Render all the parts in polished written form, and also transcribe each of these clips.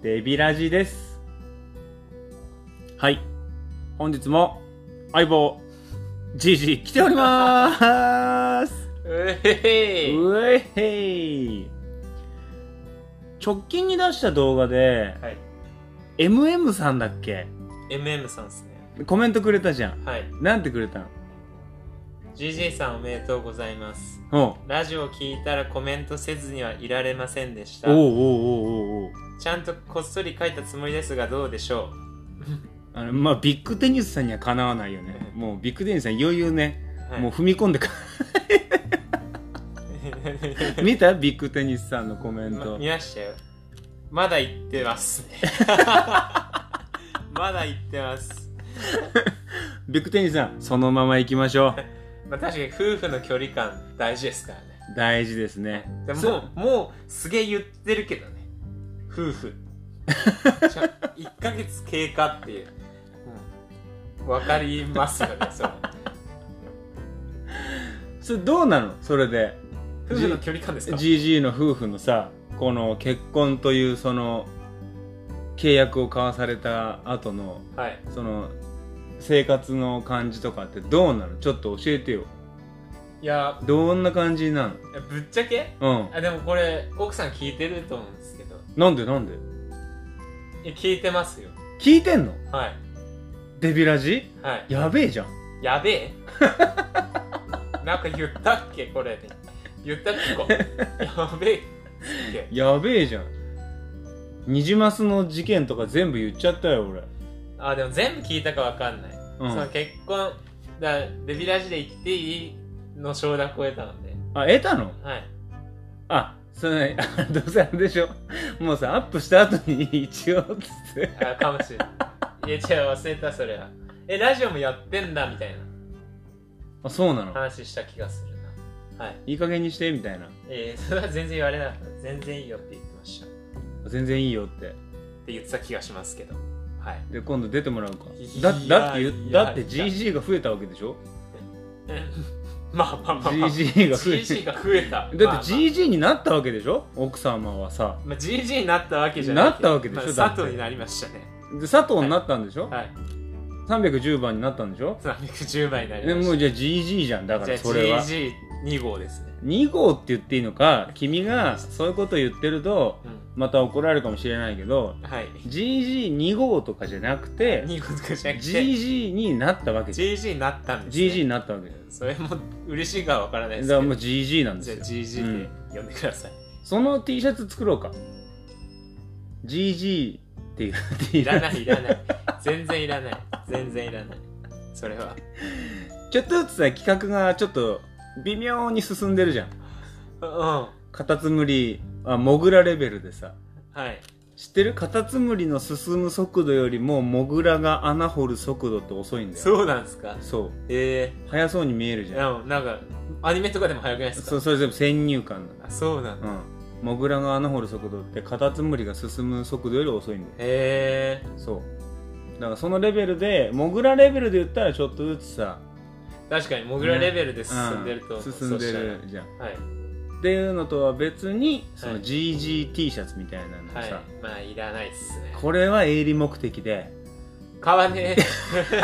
デビラジです。はい、本日も相棒ジージー来ておりまーす。 うえへい。直近に出した動画で、 はい、 MM さんだっけ、 MM さんですね。 コメントくれたじゃん。 はい。 なんてくれたの？ GG さんおめでとうございます。 おうラジオ聞いたらコメントせずにはいられませんでした。 おうおうおうおうおう。 ちゃんとこっそり書いたつもりですがどうでしょまあビッグテニスさんにはかなわないよね。もうビッグテニスさん余裕ね、 う、はい、 もう踏み込んでか見たビッグテニスさんのコメント、 見ましたよ。まだ言ってますね。まだ言ってます。 ビッグテニスさんそのまま行きましょう。 まあ確かに夫婦の距離感大事ですからね。 大事ですね。 でもうすげえ言ってるけどね、夫婦1ヶ月経過っていう、わかりますよね。 それどうなの？それで夫婦の距離感ですか？ GG の夫婦のさ、この結婚というその契約を交わされた後の、 はい、 その生活の感じとかってどうなの？ちょっと教えてよ。 いやどんな感じなの？ ぶっちゃけ、でもこれ奥さん聞いてると思うんですけど。 なんで聞いてますよ。 聞いてんの？ はい。 デビラジ？ はい。 やべえじゃん。 やべえなんか言ったっけこれで。言ったっけやべえ。 やべえじゃん。ニジマスの事件とか全部言っちゃったよ俺。 あ、でも全部聞いたかわかんない。その結婚だ、デビラジで言っていいの承諾を得たので。 あ、得たの？ はい。 あ、それどうせあれでしょ、もうさアップした後に一応つってかもしれない。いや違う、忘れたそれは。ラジオもやってんだみたいな。 あ、そうなの？ 話した気がするな。はい。 いい加減にしてみたいな。 それは全然言われなかった。全然いいよって言ってました。 全然いいよってって言ってた気がしますけど。はい。 で今度出てもらうか。 いだやって GG が増えたわけでしょ。 まあ GG が増え GG が増えた。 だって GG になったわけでしょ、奥様はさ。 GG になったわけじゃない。 なったわけでしょ。 佐藤になりましたね。 で佐藤になったんでしょ。 はい。 310番になったんでしょ。 310番になりました。 でもうじゃあ GG じゃん。だからそれは GG2 号ですね。 2号って言っていいのか、君がそういうことを言ってるとまた怒られるかもしれないけど、 はい、 GG2 号とかじゃなくて 2号とかじゃなくて GG になったわけじゃん。 GG になったんですね。 GG になったわけじゃん。 それも嬉しいかわからないですけど、 だからもう GG なんですよ。 じゃあ GG で呼んでください。 その T シャツ作ろうか。 GG っていう T シャツ。 いらない全然いらないそれは。 ちょっとずつさ企画がちょっと微妙に進んでるじゃん。カタツムリモグラレベルでさ、 はい、 知ってる？カタツムリの進む速度よりもモグラが穴掘る速度って遅いんだよ。 そうなんですか？ そう。速そうに見えるじゃん。 なんかアニメとかでも速くないですか？ それ全部先入観なんだ。 そうなんだ。 モグラが穴掘る速度ってカタツムリが進む速度より遅いんだよ。そうだからそのレベルで、モグラレベルで言ったらちょっとずつさ、 確かにモグラレベルで進んでると、 進んでるじゃん。 はい。 っていうのとは別にその GGT シャツみたいなのさ、 はい、まあいらないっすね。 これは営利目的で買わねえ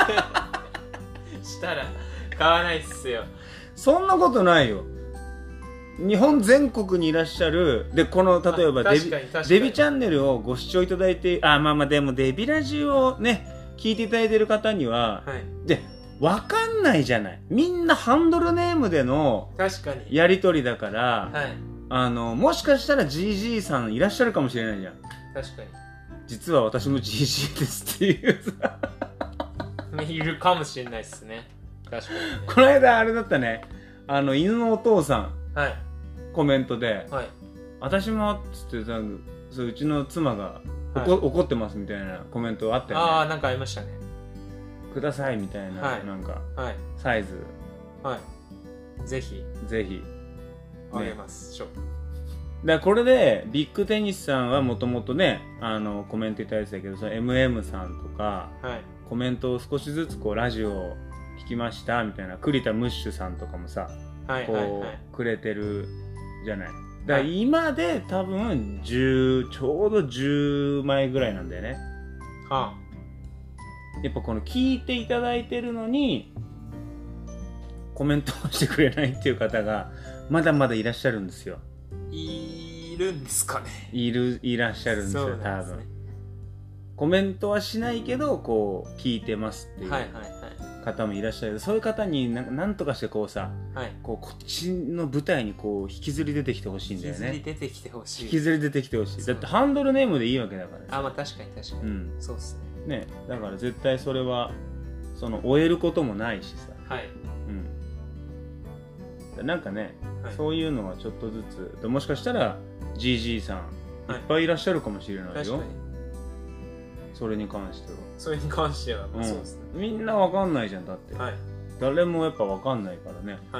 したら買わないっすよ。 そんなことないよ。日本全国にいらっしゃるで、この例えばデビチャンネルをご視聴いただいて、でもデビラジをね聞いていただいている方には、はい、で分かんないじゃない。みんなハンドルネームでのやり取りだから、はい、もしかしたら GG さんいらっしゃるかもしれないじゃん。 確かに。 実は私も GG ですっていうさいるかもしれないですね。確かに、ね。 この間あれだったね、犬のお父さん、はい、コメントで、はい、私もっつってさ、うちの妻が怒ってますみたいなコメントあったよね。 なんかありましたね。 くださいみたいな、はい、なんか、はい、サイズ、 はい、ぜひあげましょう。 だこれでビッグテニスさんはもともとねコメントいただいてたけど、その MM さんとか、はい、コメントを少しずつこうラジオを聞きましたみたいな、栗田ムッシュさんとかもさ、こうくれてるじゃない。 だから今で多分ちょうど10枚ぐらいなんだよね。 はやっぱこの聞いていただいてるのにコメントをしてくれないっていう方がまだまだいらっしゃるんですよ。 いるんですかね。 いらっしゃるんですよ。 そうなんですね。 多分コメントはしないけどこう聞いてますっていうはいはいはい。 方もいらっしゃる。そういう方になんとかしてこうさ、 はい、 こっちの舞台にこう引きずり出てきてほしいんだよね。 引きずり出てきてほしい。 引きずり出てきてほしい。だってハンドルネームでいいわけだから、ね。 あ、まあ確かに確かに。うん、そうっすね。 ね、だから絶対それはその終えることもないしさ。 はい。 うん。なんかね、 はい、 そういうのはちょっとずつ、もしかしたら GG さんいっぱいいらっしゃるかもしれないよ。 確かに。 それに関しては。 それに関しては、 うん、 そうですね。 みんなわかんないじゃんだって。 はい。 誰もやっぱわかんないからね。 はい。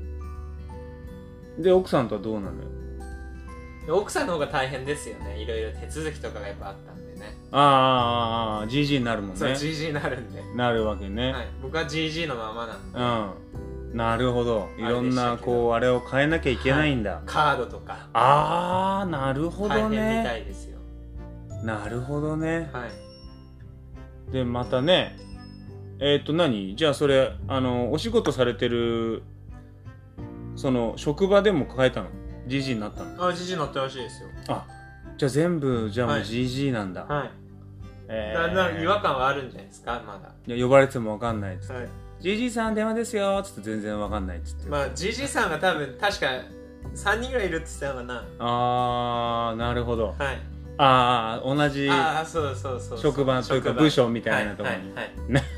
で奥さんとはどうなのよ。 奥さんの方が大変ですよね。いろいろ手続きとかがやっぱあったんでね。 GG になるもんね。 そう GG になるんで。 なるわけね。 はい。僕は GG のままなんで。うん。なるほど。いろんなこうあれを変えなきゃいけないんだ。 はい、カードとか。 なるほどね。 大変みたいですよ。 なるほどね。 はい。 でまたね、何じゃあそれお仕事されてるその職場でも変えたの GG になったの。 GG になったらしいですよ。 じゃあ全部じゃあもう GG なんだ。 はい。だ違和感はあるんじゃないですかまだ。 いや呼ばれても分かんないっつって、 はい、 GG さん電話ですよっつって全然分かんないっつって。 まあ GG さんが多分確か3人ぐらいいるって言ってたのかな。 なるほど。 はい。 同じそう職場というか部署みたいなところに、 はい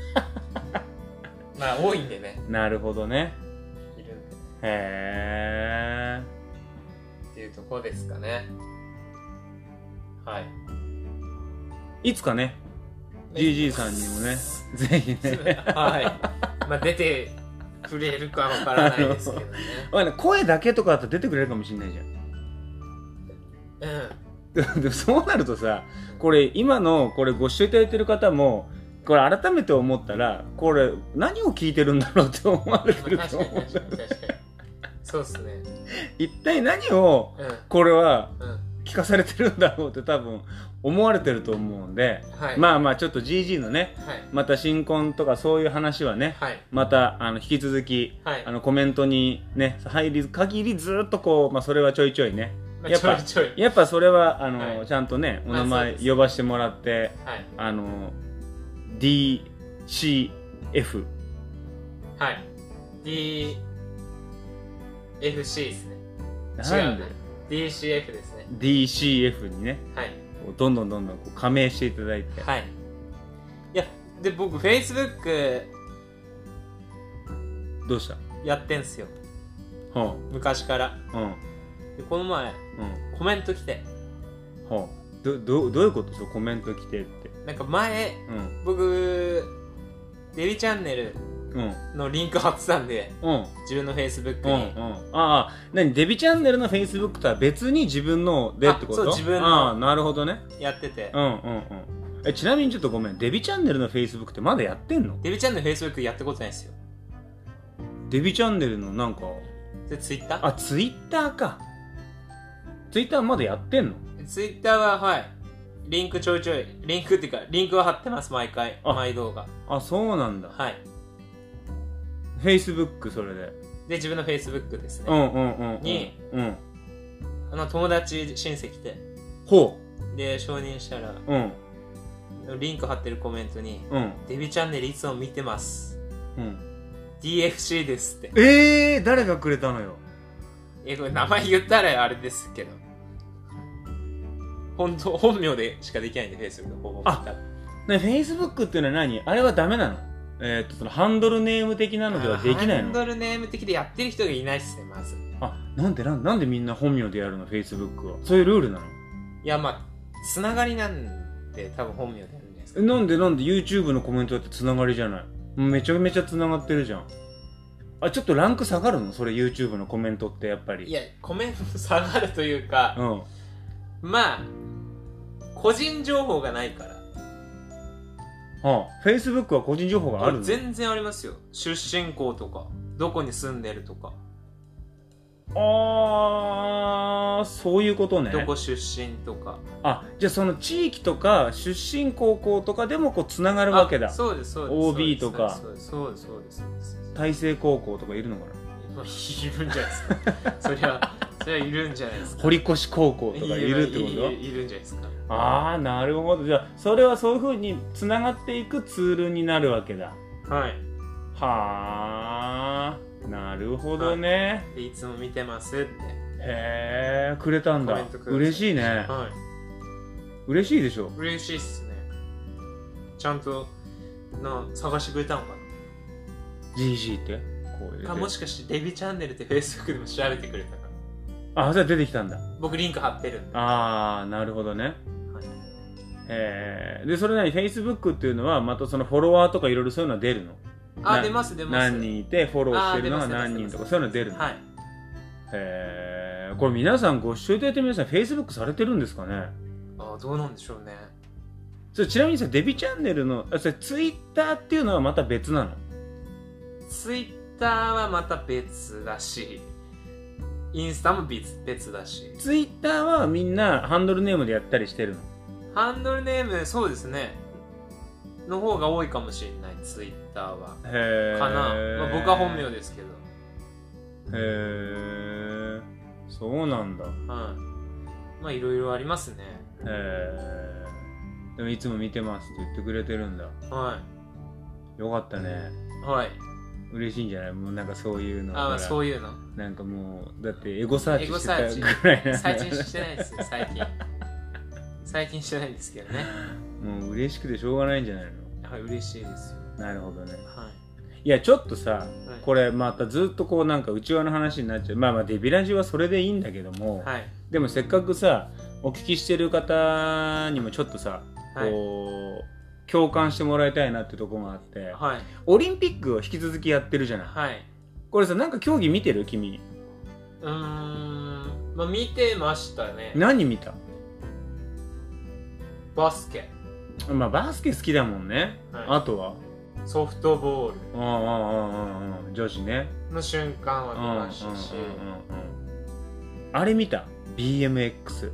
まあ多いんでね。 なるほどね。 いるんで。 へーっていうとこですかね。はい。 いつかね GG さんにもねぜひねはいまあ出てくれるかわからないですけどね声だけとかだと出てくれるかもしれないじゃん。でもそうなるとさ、これ今のこれご視聴いただいてる方もこれ改めて思ったらこれ何を聞いてるんだろうって思われてると思う。 確かにそうっすね。 一体何をこれは聞かされてるんだろうって多分思われてると思うんで、はい、まあちょっと GG のね、はい、また新婚とかそういう話はね、はい、また引き続き、はい、コメントにね入る限りずっとこう、それはちょいちょいねやっぱそれははい、ちゃんとねお名前呼ばしてもらって、はい、DCF はい DFC ですね。 なんで DCF ですね。 DCF にね、はい、どんどんこう加盟していただいて。 はい。いやで僕 Facebook どうしたやってんすよ、昔から、でこの前、コメント来て、 どういうことですかコメント来てって。 なんか前、僕デビチャンネルのリンク貼ってたんで、自分の Facebook に、 何デビチャンネルの Facebook とは別に自分のでってこと？ そう自分のなるほどねやってて、 ちなみにちょっとごめん、デビチャンネルの Facebook ってまだやってんの？ デビチャンネル Facebook やったことないですよ。 デビチャンネルのなんかで Twitter？ Twitter か。Twitter まだやってんの？ Twitter ははいリンクちょいちょいリンクっていうかリンクは貼ってます。毎回毎動画。 そうなんだ。 はい。 Facebook それで自分の Facebook ですね。に友達親戚でで承認したら、リンク貼ってるコメントに、デビチャンネルいつも見てます、DFC ですって。 誰がくれたのよ。 これ名前言ったらあれですけど本名でしかできないんで Facebook の方法。 Facebook っていうのは何？あれはダメなの？そのハンドルネーム的なのではできないの？ ハンドルネーム的でやってる人がいないっすねまず。 なんでみんな本名でやるの Facebook は？そういうルールなの？ いやつながりなんで多分本名でやるんじゃないですか。 なんで YouTube のコメントだってつながりじゃない？めちゃめちゃつながってるじゃん。ちょっとランク下がるのそれ YouTube のコメントってやっぱり。 いやコメント下がるというか、個人情報がないから。 Facebook は個人情報があるの？ 全然ありますよ。出身校とかどこに住んでるとか。 ああ、そういうことね。 どこ出身とか。 あ、じゃあその地域とか出身高校とかでもこうつながるわけだ。 そうです、そうです。 OB とかそうです、そうです、そうです。 大成高校とかいるのかな。 いるんじゃないですか。そりゃいるんじゃないですか。 堀越高校とかいるってこと？ いるんじゃないですか。 ああ、なるほど。じゃあそれはそういうふうにつながっていくツールになるわけだ。 はい。 はあ、なるほどね。 はい、いつも見てますって。 へえ、くれたんだ。嬉しいね。 はい。 嬉しいでしょ。 嬉しいっすね。ちゃんと探してくれたのかな。 GG ってこう入れて。 もしかしてデビチャンネルって Facebook でも調べてくれたかな。あ、じゃあ出てきたんだ。 僕リンク貼ってるんで。 ああ、なるほどね。はい。でそれなり Facebook っていうのはまたそのフォロワーとかいろいろそういうのは出るの？ 出ます。 何人いてフォローしてるのが何人とかそういうの出るの？はい。これ皆さんご視聴いただいて皆さん Facebook されてるんですかね？ どうなんでしょうね。 ちなみにさ、デビチャンネルのTwitter っていうのはまた別なの ？Twitter はまた別だし、インスタも別だし。 Twitter はみんなハンドルネームでやったりしてるの？ ハンドルネーム、そうですねの方が多いかもしれない。Twitter はかな。僕は本名ですけど。 へえ、そうなんだ。 はい。いろいろありますね。 でもいつも見てますって言ってくれてるんだ。 はい。 よかったね。 はい。 嬉しいんじゃない？もうなんかそういうの。 そういうの。 なんかもうだってエゴサーチしてたぐらいな。 最近してないですよ。最近してないんですけどね。 もう嬉しくてしょうがないんじゃないの？ はい、嬉しいですよ。 なるほどね。 はい。 いやちょっとさ、これまたずっとこうなんか内輪の話になっちゃう。まあデビラジはそれでいいんだけども、 はい、 でもせっかくさお聞きしてる方にもちょっとさ、こう共感してもらいたいなってところがあって、はい、オリンピックを引き続きやってるじゃない。はい、これさ、なんか競技見てる？君。 見てましたね。 何見た？ バスケ。 バスケ好きだもんね。はい、あとはソフトボール。女子ね。 の瞬間は見ましたし。 あれ見た？ BMX。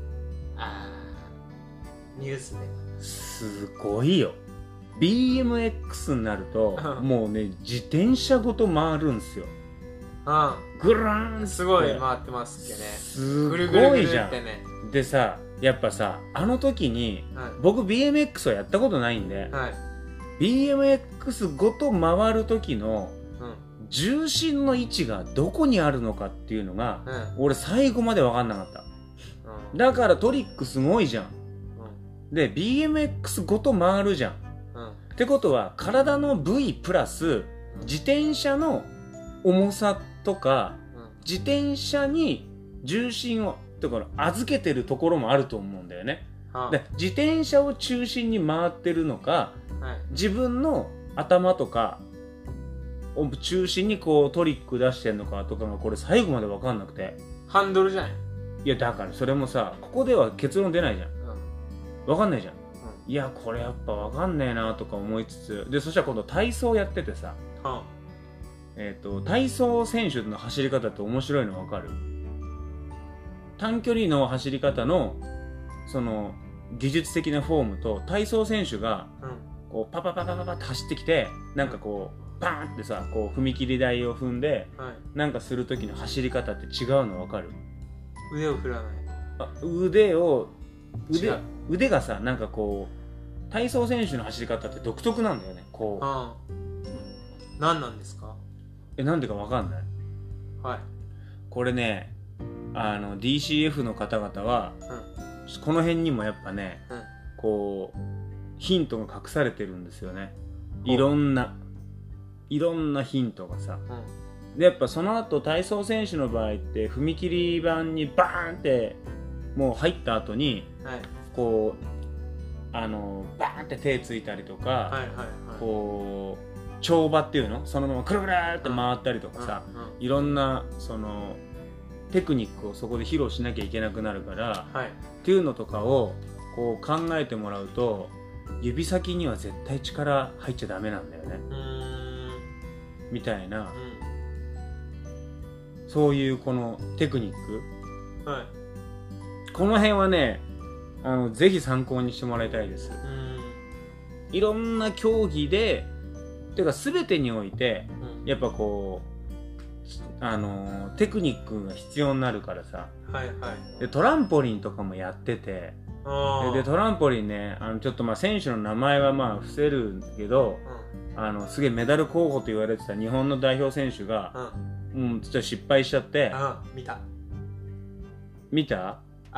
ニュースですごいよ。BMX になるともうね、自転車ごと回るんすよ。グラーンってすごい回ってますけどね。 すごいじゃん。でさ、やっぱさ、あの時に、僕 BMX はやったことないんで、BMX ごと回る時の重心の位置がどこにあるのかっていうのが、俺最後まで分かんなかった。だからトリックすごいじゃん。で BMX ごと回るじゃん。ってことは体の部位プラス自転車の重さとか、自転車に重心を預けてるところもあると思うんだよね。で自転車を中心に回ってるのか、自分の頭とかを中心にこうトリック出してんのかとかがこれ最後まで分かんなくて。 ハンドルじゃない？ いやだからそれもさ、ここでは結論出ないじゃん。分かんないじゃん。いやこれやっぱ分かんねえなとか思いつつ、でそしたら今度体操やっててさ、体操選手の走り方って面白いの分かる？短距離の走り方のその技術的なフォームと体操選手がこうパパパパパパって走ってきて、なんかこうパーンってさ、こう踏切台を踏んでなんかする時の走り方って違うの分かる？ 腕を振らない。 腕がさ、なんかこう体操選手の走り方って独特なんだよね。こう何なんですか？ なんでか分かんない？ はい。 これね、DCF の方々は、この辺にもやっぱね、こうヒントが隠されてるんですよね。いろんなヒントがさ、でやっぱその後体操選手の場合って踏切板にバーンってもう入った後に、こうバーンって手ついたりとか、こう跳馬っていうの、そのままくるくるって回ったりとかさ、いろんなそのテクニックをそこで披露しなきゃいけなくなるから、っていうのとかをこう考えてもらうと、指先には絶対力入っちゃダメなんだよねみたいな、そういうこのテクニックこの辺はねぜひ参考にしてもらいたいです。いろんな競技でていうか全てにおいて、やっぱこうテクニックが必要になるからさ、はいはい、でトランポリンとかもやってて、でトランポリンねちょっとまあ選手の名前はまあ伏せるんだけど、すげえメダル候補と言われてた日本の代表選手が、ちょっと失敗しちゃって、見た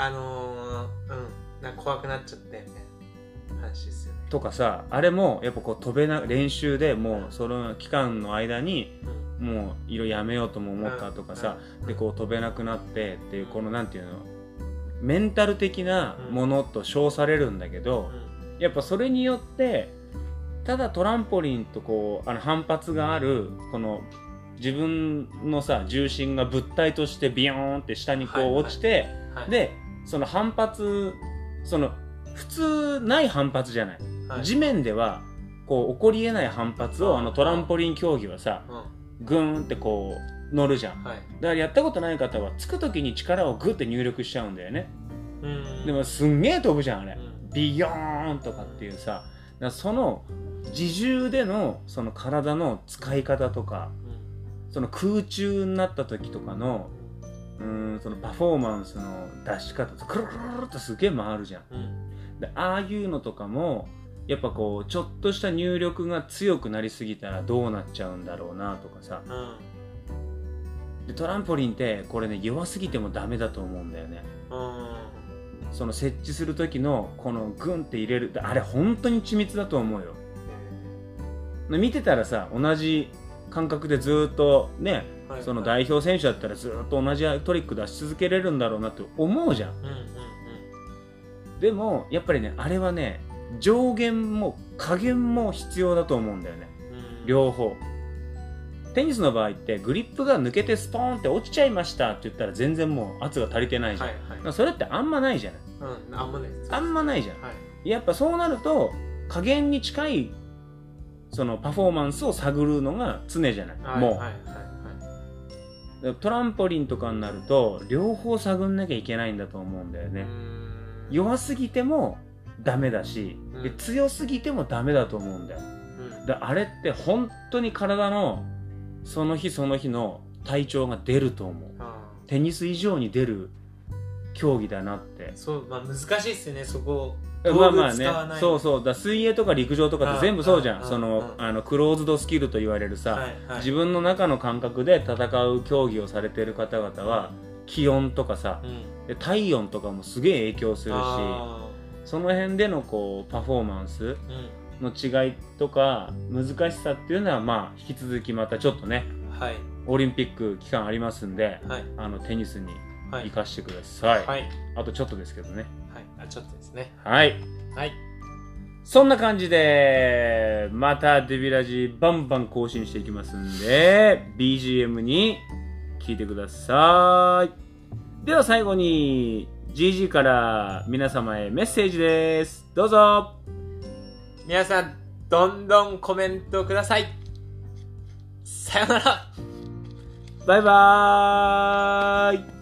なんか怖くなっちゃってみたいな話ですよね。 とかさ、あれもやっぱこう練習でもうその期間の間にもう色やめようとも思ったとかさ、でこう飛べなくなってっていうこのなんていうのメンタル的なものと称されるんだけど、やっぱそれによってただトランポリンとこう反発があるこの自分のさ重心が物体としてビヨーンって下にこう落ちて、でその反発その普通ない反発じゃない、地面ではこう起こりえない反発をトランポリン競技はさ、グーンってこう乗るじゃん、だからやったことない方はつく時に力をグッて入力しちゃうんだよね。でもすんげえ飛ぶじゃんあれ、ビヨーンとかっていうさ、だからその自重でのその体の使い方とか、その空中になった時とかのそのパフォーマンスの出し方とくるくるってすげえ回るじゃん、でああいうのとかもやっぱこうちょっとした入力が強くなりすぎたらどうなっちゃうんだろうなとかさ、でトランポリンってこれね弱すぎてもダメだと思うんだよね、その設置する時のこのグンって入れるあれ本当に緻密だと思うよ。見てたらさ同じ感覚でずっとね、その代表選手だったらずっと同じトリック出し続けれるんだろうなって思うじゃん、でもやっぱりねあれはね上限も下限も必要だと思うんだよね、両方。テニスの場合ってグリップが抜けてスポーンって落ちちゃいましたって言ったら全然もう圧が足りてないじゃん、それってあんまないじゃない、あんまないじゃん、やっぱそうなると加減に近いそのパフォーマンスを探るのが常じゃない、もうトランポリンとかになると両方探んなきゃいけないんだと思うんだよね。弱すぎてもダメだし、で強すぎてもダメだと思うんだよ、であれって本当に体のその日その日の体調が出ると思う。テニス以上に出る競技だなって。 そう、難しいっすよねそこ。 まあまあね、そうそうだ、水泳とか陸上とかって全部そうじゃん、そのクローズドスキルと言われるさ、自分の中の感覚で戦う競技をされている方々は気温とかさ、で体温とかもすげえ影響するし、その辺でのこうパフォーマンスの違いとか難しさっていうのはまあ引き続きまたちょっとね、オリンピック期間ありますんで、テニスに生かしてください、あとちょっとですけどね、 ちょっとですね。 そんな感じでまたデビラジバンバン更新していきますんで BGM に聴いてください。では最後に GG から皆様へメッセージです。どうぞ。 皆さんどんどんコメントください。さよなら。 バイバーイ。